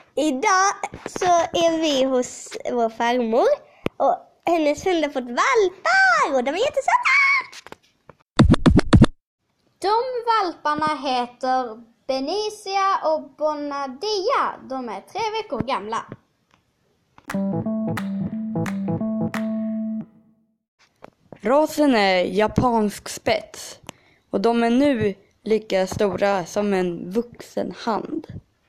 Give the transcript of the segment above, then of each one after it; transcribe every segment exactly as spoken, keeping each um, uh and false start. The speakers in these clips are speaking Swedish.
Idag så är vi hos vår farmor och hennes hund har fått valpar och de är jättesöta. De valparna heter Benicia och Bonadia. De är tre veckor gamla. Rasen är japansk spets och de är nu lika stora som en vuxen hand.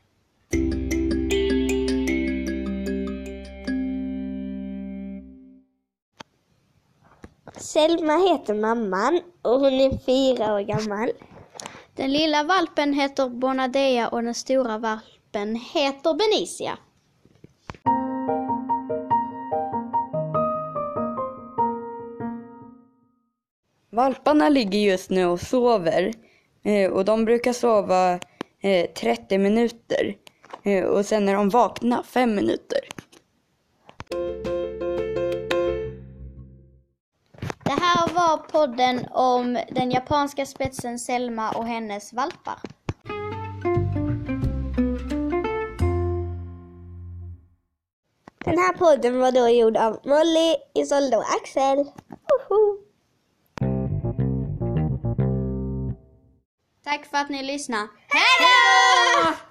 Selma heter mamman och hon är fyra år gammal. Den lilla valpen heter Bonadia och den stora valpen heter Benicia. Valparna ligger just nu och sover eh, och de brukar sova eh, trettio minuter eh, och sen är de vakna fem minuter. Det här var podden om den japanska spetsen Selma och hennes valpar. Den här podden var då gjord av Molly, Isolde och Axel. Woho! Tack för att ni lyssnade. Hej då!